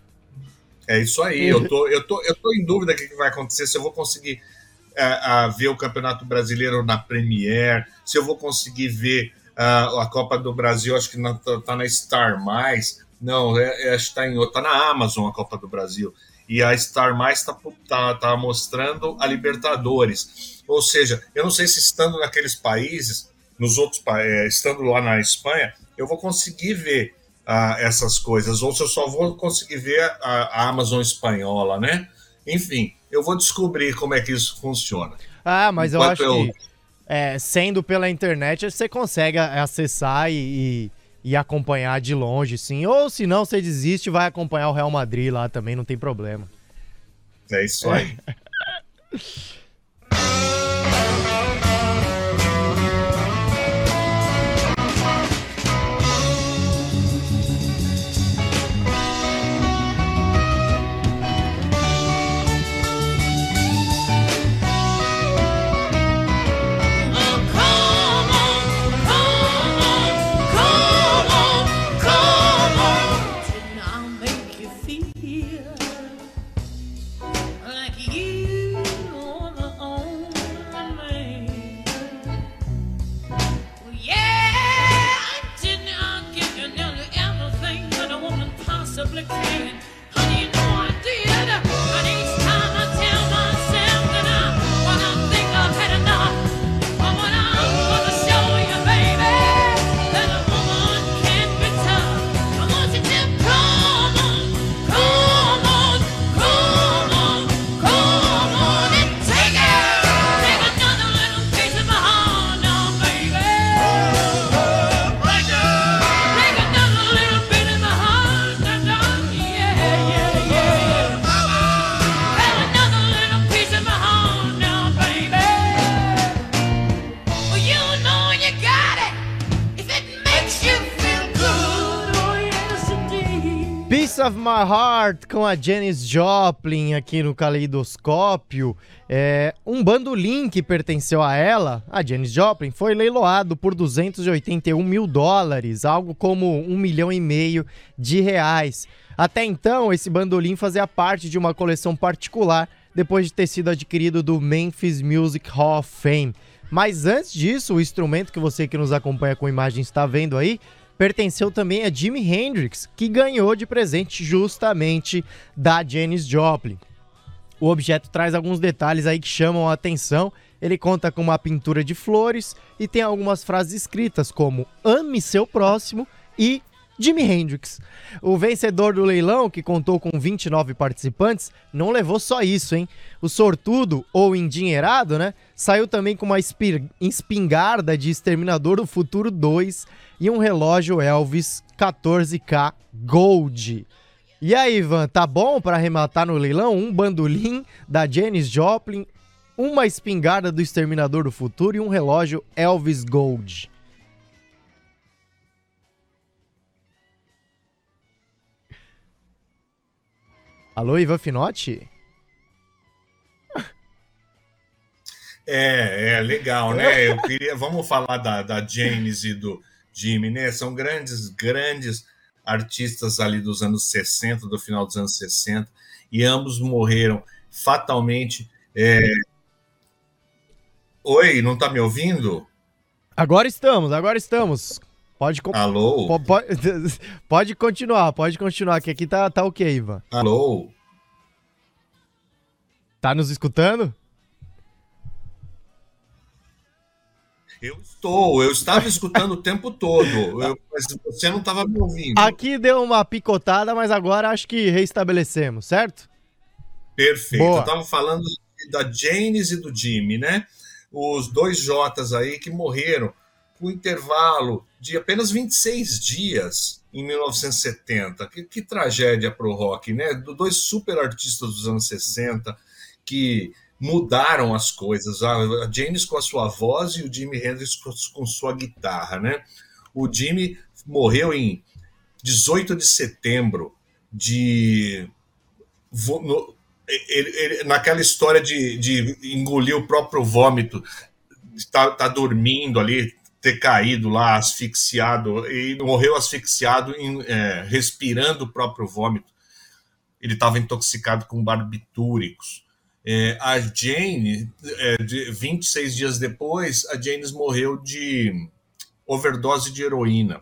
É isso aí, eu tô, eu tô, eu tô em dúvida do que, que vai acontecer, se eu vou conseguir uh, uh, ver o Campeonato Brasileiro na Premier, se eu vou conseguir ver uh, a Copa do Brasil, acho que não, tá, tá na Star Mais, não, é, é, acho que tá, em, tá na Amazon a Copa do Brasil, e a Star Mais tá, tá, tá mostrando a Libertadores, ou seja, eu não sei se estando naqueles países, nos outros países, estando lá na Espanha, eu vou conseguir ver uh, essas coisas, ou se eu só vou conseguir ver a, a Amazon espanhola, né? Enfim, eu vou descobrir como é que isso funciona. Ah, mas Enquanto eu acho eu... que é, sendo pela internet, você consegue acessar e, e, e acompanhar de longe, sim. Ou se não, você desiste e vai acompanhar o Real Madrid lá também, não tem problema. É isso aí. of My Heart com a Janis Joplin aqui no Caleidoscópio. É, um bandolim que pertenceu a ela, a Janis Joplin, foi leiloado por duzentos e oitenta e um mil dólares, algo como um milhão e meio de reais. Até então, esse bandolim fazia parte de uma coleção particular depois de ter sido adquirido do Memphis Music Hall of Fame. Mas antes disso, o instrumento que você que nos acompanha com imagens está vendo aí, pertenceu também a Jimi Hendrix, que ganhou de presente justamente da Janis Joplin. O objeto traz alguns detalhes aí que chamam a atenção. Ele conta com uma pintura de flores e tem algumas frases escritas como "Ame seu próximo" e Jimi Hendrix. O vencedor do leilão, que contou com vinte e nove participantes, não levou só isso, hein? O sortudo, ou endinheirado, né, saiu também com uma espingarda de Exterminador do Futuro dois e um relógio Elvis quatorze K Gold. E aí, Ivan, tá bom para arrematar no leilão? Um bandolim da Janis Joplin, uma espingarda do Exterminador do Futuro e um relógio Elvis Gold. Alô, Ivan Finotti? É, é legal, né? Eu queria, vamos falar da, da Janis e do Jimi, né? São grandes, grandes artistas ali dos anos sessenta, do final dos anos sessenta, e ambos morreram fatalmente. É... Oi, não tá me ouvindo? Agora estamos, agora estamos. Pode, Alô? Pode, pode, pode continuar, pode continuar, que aqui tá, tá ok, Ivan. Alô? Tá nos escutando? Eu estou, eu estava escutando o tempo todo, eu, mas você não estava me ouvindo. Aqui deu uma picotada, mas agora acho que reestabelecemos, certo? Perfeito, Boa. Eu estava falando da Janis e do Jimi, né? Os dois Jotas aí que morreram com intervalo de apenas vinte e seis dias em mil novecentos e setenta. Que, que tragédia para o rock, né? Dois super artistas dos anos sessenta que mudaram as coisas. A Janis com a sua voz e o Jimi Hendrix com sua guitarra, né? O Jimi morreu em dezoito de setembro de... No, ele, ele, naquela história de, de engolir o próprio vômito, tá, tá dormindo ali, ter caído lá, asfixiado, e morreu asfixiado, em, é, respirando o próprio vômito. Ele estava intoxicado com barbitúricos. É, a Jane, é, de vinte e seis dias depois, a Janis morreu de overdose de heroína,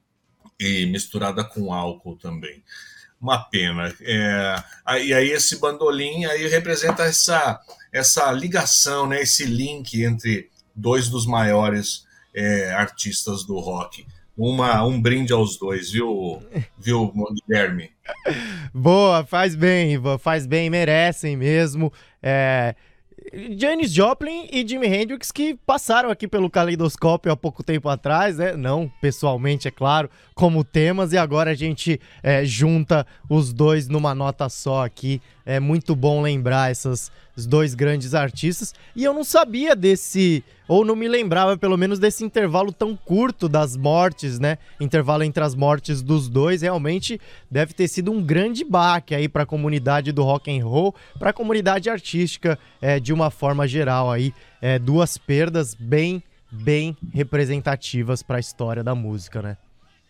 e misturada com álcool também. Uma pena. É, e aí esse bandolim aí representa essa, essa ligação, né, esse link entre dois dos maiores É, artistas do rock. Uma, um brinde aos dois, viu, viu, Guilherme? Boa, faz bem, Ivan, faz bem, merecem mesmo. É... Janis Joplin e Jimi Hendrix, que passaram aqui pelo Caleidoscópio há pouco tempo atrás, né? Não pessoalmente, é claro, como temas, e agora a gente é, junta os dois numa nota só aqui. É muito bom lembrar esses dois grandes artistas. E eu não sabia desse, ou não me lembrava pelo menos desse intervalo tão curto das mortes, né? Intervalo entre as mortes dos dois, realmente deve ter sido um grande baque aí para a comunidade do rock and roll, para a comunidade artística é, de uma forma geral aí. É, duas perdas bem, bem representativas para a história da música, né?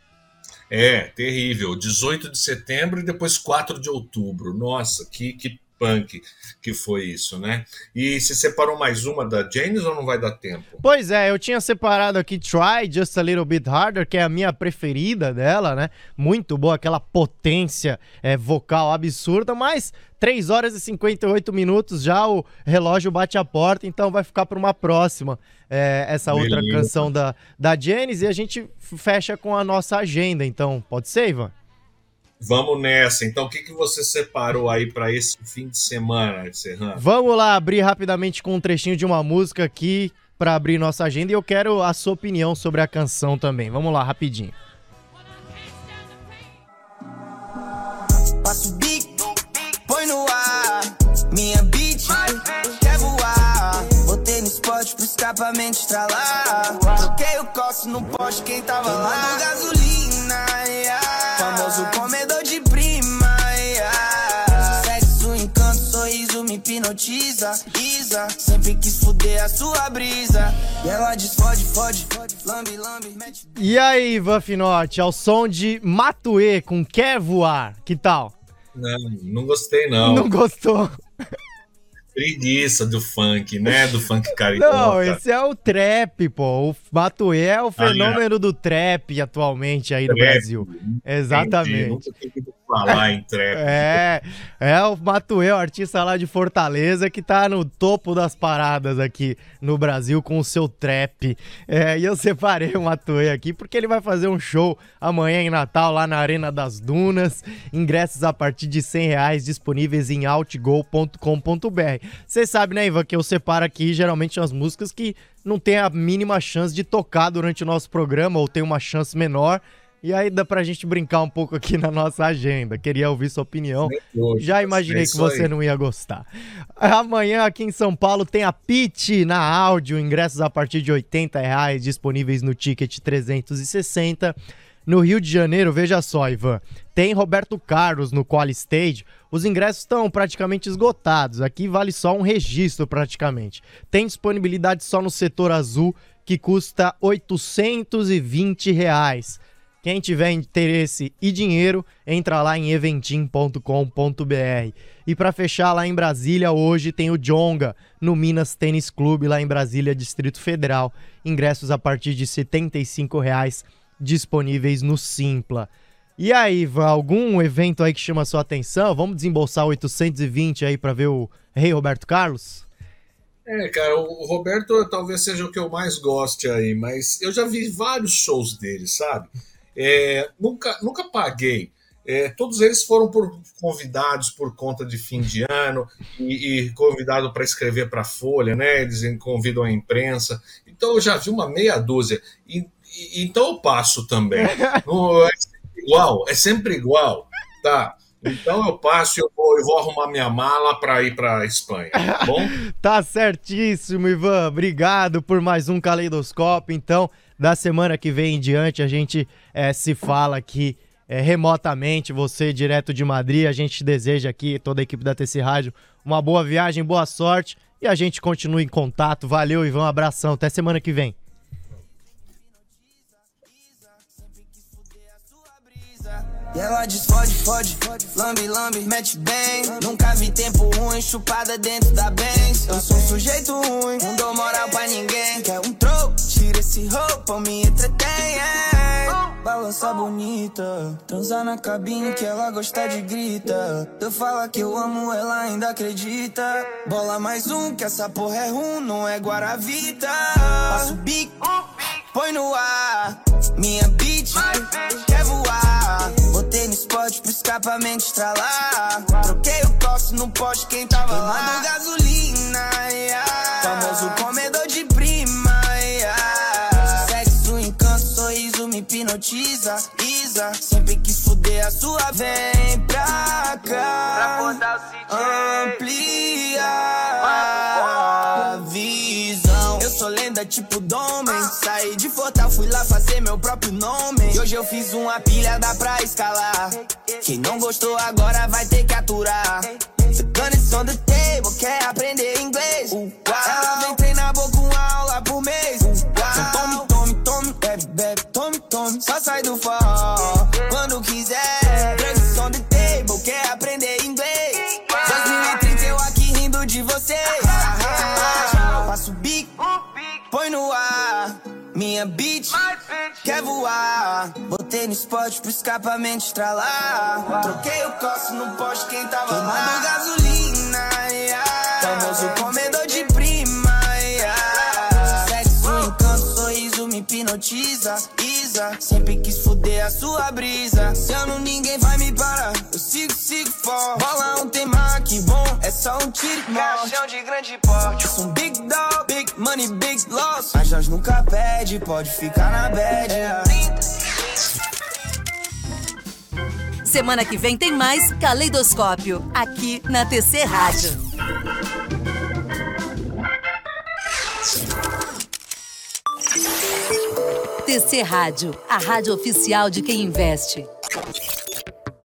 É, terrível. dezoito de setembro e depois quatro de outubro. Nossa, que, que punk que foi isso, né? E você separou mais uma da Janis ou não vai dar tempo? Pois é, eu tinha separado aqui Try Just a Little Bit Harder, que é a minha preferida dela, né? Muito boa, aquela potência é, vocal absurda, mas três horas e cinquenta e oito minutos já o relógio bate a porta, então vai ficar para uma próxima é, essa outra Beleza. canção da, da Janis, e a gente fecha com a nossa agenda, então pode ser, Ivan? Vamos nessa. Então, o que, que você separou aí para esse fim de semana, Serrano? Vamos lá abrir rapidamente com um trechinho de uma música aqui para abrir nossa agenda, e eu quero a sua opinião sobre a canção também. Vamos lá, rapidinho. Passo o beat, põe no ar. Minha beat quer voar. Botei no spot pro escapamento estralar. Troquei o costo no poste, quem tava lá. Mando gasolina, yeah. Famoso comedor de prima. hipnotiza, Isa. Sempre quis fuder a sua brisa. E ela diz fode, fode, lambe, lambe, mete... E aí, Ivan Finotti, ao som de Matuê com Quer Voar, que tal? Não, não gostei não. Não gostou? Preguiça do funk, né? Do funk carioca. Não, esse é o trap, pô. O Matuê é o fenômeno ah, é. do trap atualmente aí trap. no Brasil. Exatamente. Nunca tenho que falar em trap. É, é o Matuê, o artista lá de Fortaleza, que tá no topo das paradas aqui no Brasil com o seu trap. É, e eu separei o Matuê aqui porque ele vai fazer um show amanhã em Natal lá na Arena das Dunas. Ingressos a partir de cem reais disponíveis em outgo ponto com ponto br. Você sabe, né, Ivan, que eu separo aqui geralmente as músicas que não tem a mínima chance de tocar durante o nosso programa ou tem uma chance menor. E aí dá pra gente brincar um pouco aqui na nossa agenda. Queria ouvir sua opinião. Já imaginei que você não ia gostar. Amanhã aqui em São Paulo tem a Pitty na áudio. Ingressos a partir de oitenta reais disponíveis no Ticket trezentos e sessenta. No Rio de Janeiro, veja só, Ivan, tem Roberto Carlos no Quali Stage. Os ingressos estão praticamente esgotados. Aqui vale só um registro praticamente. Tem disponibilidade só no setor azul, que custa oitocentos e vinte reais. Quem tiver interesse e dinheiro, entra lá em eventim ponto com ponto br. E para fechar, lá em Brasília, hoje tem o Djonga, no Minas Tênis Clube, lá em Brasília, Distrito Federal. Ingressos a partir de setenta e cinco reais disponíveis no Simpla. E aí, Ivan, algum evento aí que chama a sua atenção? Vamos desembolsar oitocentos e vinte aí para ver o Rei Roberto Carlos? É, cara, o Roberto talvez seja o que eu mais goste aí, mas eu já vi vários shows dele, sabe? É, nunca, nunca paguei. É, todos eles foram por convidados por conta de fim de ano e, e convidado para escrever para a Folha, né? Eles convidam a imprensa. Então eu já vi uma meia dúzia. E, e, então eu passo também. No, é sempre igual, é sempre igual, tá? Então eu passo e eu vou, eu vou arrumar minha mala para ir para a Espanha, tá bom? Tá certíssimo, Ivan. Obrigado por mais um Caleidoscópio. Então, da semana que vem em diante, a gente é, se fala aqui é, remotamente, você direto de Madrid. A gente deseja aqui, toda a equipe da T C Rádio, uma boa viagem, boa sorte e a gente continua em contato. Valeu, Ivan, um abração, até semana que vem. E ela diz fode, fode, lambe, lambe, mete bem. Nunca vi tempo ruim, chupada dentro da Benz. Eu sou um sujeito ruim, não dou moral pra ninguém. Quer um troco, tira esse roupa, me entretém. Balança bonita, transar na cabine que ela gosta de grita. Eu falo que eu amo, ela ainda acredita. Bola mais um, que essa porra é rum, não é Guaravita. Passa o bico, põe no ar. Minha bitch quer voar. Botei no spot pro escapamento estralar. Troquei o coço no poste, quem tava lá gasolina, yeah. Famoso comedor de prima, yeah. Sexo, encanto, sorriso me hipnotiza, Isa. Sempre quis fuder a sua, vem pra cá, amplia a visão. Eu sou lenda tipo Domen. Saí de Fortal, fui lá fazer meu próprio nome. E hoje eu fiz uma pilha, dá pra escalar. Quem não gostou agora vai ter que aturar. The gun is on the table, quer aprender inglês. Uh, Ela vem treinar, vou com aula por mês. Uh, então tome, tome, tome, bebe, bebe, tome, tome. Só sai do forró quando quiser. Drugs on the table, quer aprender inglês. dois mil e trinta eu aqui rindo de você. Passo o bico, põe no ar. Minha bitch quer voar. Botei no spot pro escapamento estralar. Troquei o coço no poste, quem tava lá gasolina, yeah. Famoso comedor de prima, yeah. Sexo, encanto, sorriso me hipnotiza, Isa. Sempre quis fuder a sua brisa. Se eu não, ninguém vai me parar. Eu sigo, sigo forte. Bola um tema que bom, é só um tiro de morte. Caixão de grande porte. Eu sou um big dog, big money, big loss. Mas nós nunca pede, pode ficar na bad, yeah. Semana que vem tem mais Caleidoscópio, aqui na T C Rádio. T C Rádio, a rádio oficial de quem investe.